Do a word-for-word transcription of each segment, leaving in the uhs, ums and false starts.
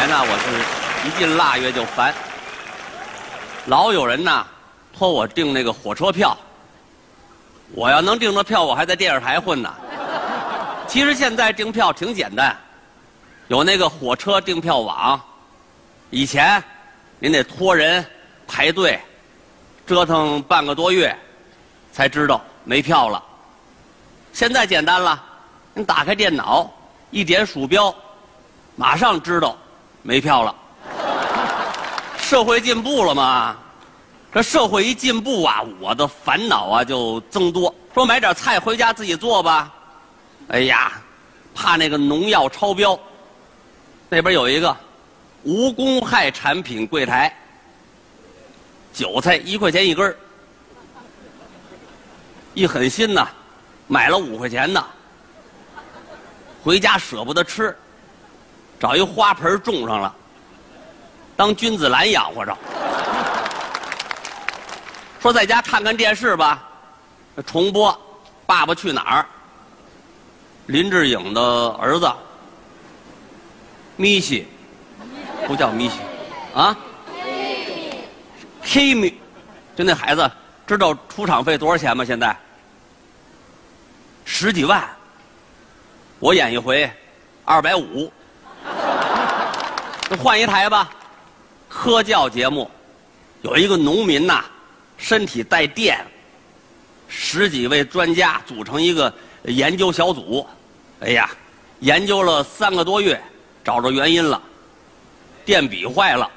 年呢，我是一进腊月就烦，老有人呢托我订那个火车票。我要能订着票，我还在电视台混呢。其实现在订票挺简单，有那个火车订票网。以前您得托人排队，折腾半个多月，才知道没票了。现在简单了，您打开电脑，一点鼠标，马上知道没票了。社会进步了嘛？这社会一进步啊，我的烦恼啊就增多。说买点菜回家自己做吧，哎呀，怕那个农药超标。那边有一个无公害产品柜台，韭菜一块钱一根儿，一狠心呐，买了五块钱的，回家舍不得吃，找一花盆种上了，当君子兰养活着。说在家看看电视吧，重播《爸爸去哪儿》，林志颖的儿子米西，不叫米西啊，黑米，就那孩子知道出场费多少钱吗？现在十几万，我演一回二百五，换一台吧。科教节目，有一个农民呐，身体带电，十几位专家组成一个研究小组，哎呀，研究了三个多月，找着原因了，电笔坏了。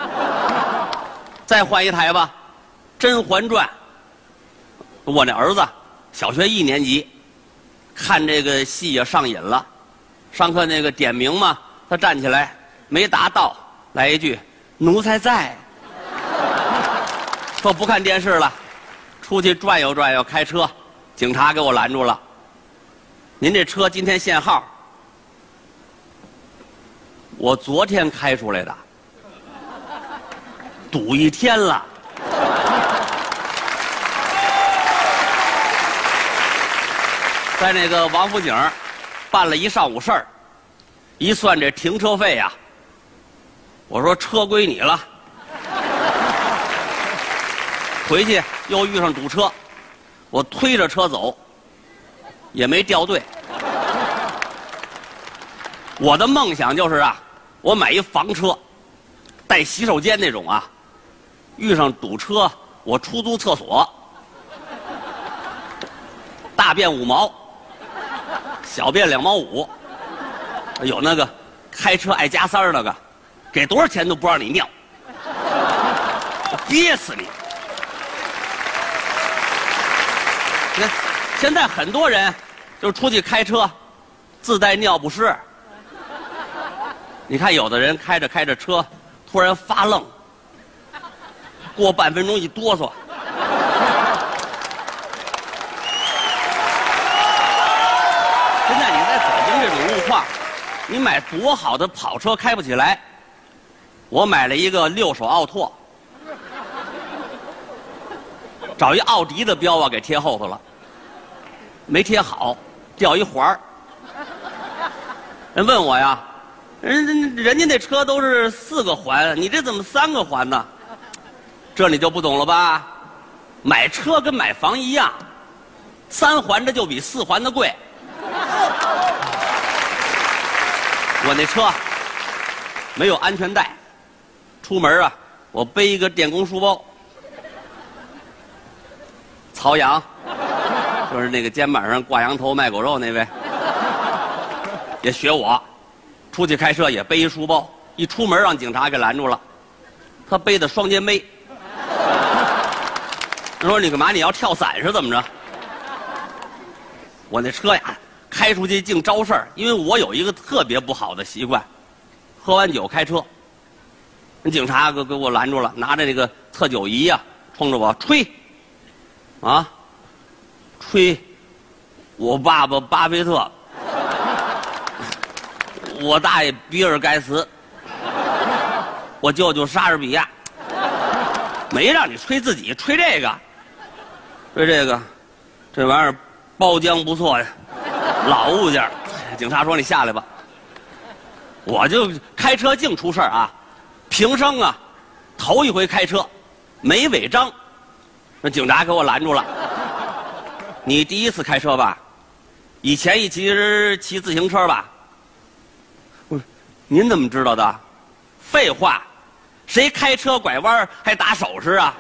再换一台吧，《甄嬛传》。我那儿子小学一年级，看这个戏也上瘾了。上课那个点名嘛，他站起来没答到，来一句“奴才在”。说不看电视了，出去转悠转悠，开车，警察给我拦住了。您这车今天限号，我昨天开出来的，堵一天了。在那个王府井办了一上午事儿，一算这停车费呀、啊，我说车归你了。回去又遇上堵车，我推着车走，也没掉队。我的梦想就是啊，我买一房车，带洗手间那种啊。遇上堵车，我出租厕所，大便五毛，小便两毛五。有那个开车爱加塞儿那个，给多少钱都不让你尿，憋死你！你看，现在很多人就出去开车，自带尿不湿。你看，有的人开着开着车，突然发愣，过半分钟一哆嗦。现在你在北京这种路况，你买多好的跑车开不起来。我买了一个六手奥拓。找一奥迪的标啊，给贴后头了，没贴好，掉一环儿。人问我呀，人人家那车都是四个环，你这怎么三个环呢？这你就不懂了吧？买车跟买房一样，三环的就比四环的贵。我那车没有安全带，出门啊，我背一个电工书包。曹阳，就是那个肩膀上挂羊头卖狗肉那位，也学我，出去开车也背一书包，一出门让警察给拦住了。他背的双肩背。他说：“你干嘛？你要跳伞是怎么着？”我那车呀，开出去净招事儿，因为我有一个特别不好的习惯，喝完酒开车。那警察给给我拦住了，拿着那个测酒仪呀、啊，冲着我吹。啊，吹！我爸爸巴菲特，我大爷比尔盖茨，我舅舅莎士比亚，没让你吹自己，吹这个，吹这个，这玩意儿包浆不错呀，老物件。警察说：“你下来吧。” 我就开车净出事儿啊，平生啊，头一回开车，没违章，那警察给我拦住了。你第一次开车吧？以前一直骑自行车吧？不是，您怎么知道的？废话，谁开车拐弯还打手势啊？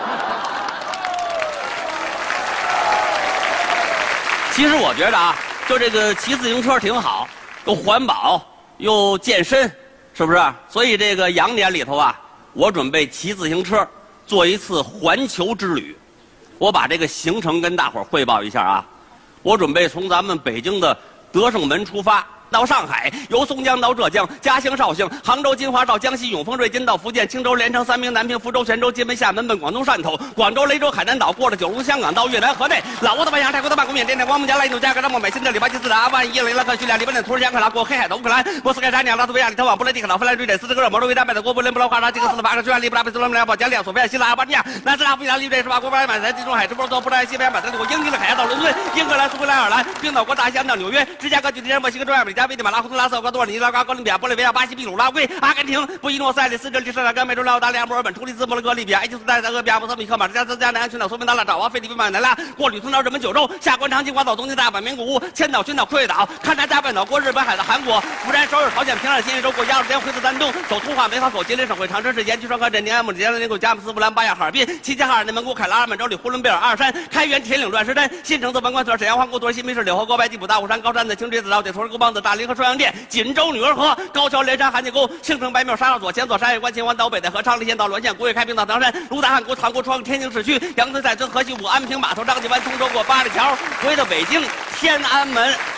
其实我觉得啊，就这个骑自行车挺好，又环保又健身，是不是？所以这个羊年里头啊，我准备骑自行车做一次环球之旅。我把这个行程跟大伙儿汇报一下啊。我准备从咱们北京的德胜门出发，到上海，由松江到浙江，嘉兴、绍兴、杭州、金华到江西永丰、瑞金到福建、青州、连城、三明、南平、福州、泉州、金门、厦门，奔广东汕头，广州、雷州、海南岛，过了九龙、香港到越南河内，老挝的万象、泰国的曼谷、缅甸的光明加、拉印度加格、拉莫美、新德里、巴基斯坦、阿富汗、伊朗、伊拉克、叙利亚、黎巴嫩、土耳其、克拉过黑海的乌克兰、波斯盖沙尼亚、拉脱维亚、立陶宛、布雷地克岛、芬兰、瑞典、斯德哥尔摩、挪威、丹麦的国布林、布拉华沙、吉克斯洛伐克、匈牙利、布拉佩斯、罗马尼亚、保加利亚、索菲亚、希腊、阿尔巴尼亚、南斯拉夫、意大利、瑞士、法国、巴尔马来、地中海、直布罗陀、布拉西班牙、马德里、英吉利海峡到伦敦、英格兰、苏格兰、爱尔兰、冰岛国大西洋到纽约、芝加哥、旧金山、墨西哥、中亚美加、危地马拉、洪都拉斯、厄瓜多尔、尼拉瓜、哥伦比亚、玻利维亚、巴西、秘鲁、拉圭、阿根廷、布宜诺斯艾利斯、智利、圣塔甘、美洲、澳大利亚、墨尔本、突尼斯、摩洛哥、利比亚、埃及斯坦、厄比亚、莫桑比克、马达加斯加、南安群岛、苏门答腊、爪哇、菲律宾、马尼拉、过旅通岛、日本九州、下关长津、广岛、东京、大阪、名古屋、千岛、群岛、库页岛、勘察加半岛、过日本海的韩国、福山、首尔、朝鲜、平壤、新义州、过鸭绿江、回自丹东、走通化、梅河口、吉林省会、长春市、盐区、双河镇、宁安、木里、江宁古、佳木斯、布兰、巴亚、哈尔滨、齐齐哈尔、内蒙古、凯拉、阿满洲里、呼伦贝尔、阿尔山、开原、铁岭、乱石山、新城子、文官屯、沈阳、皇姑屯、新民市、柳河沟、白吉普、大虎山、高山的青锥子、老铁、屯沟帮子、大林和双阳店、锦州女儿河、高桥、连山、韩家沟、兴城、白庙、沙绕左、前左、山海关、秦皇岛北的和昌黎县到滦县、古冶开平到唐山、卢达汉国、塘沽窗、天津市区、杨村、寨村、河西五、安平码头、张家湾、通州过八里桥，回到北京天安门。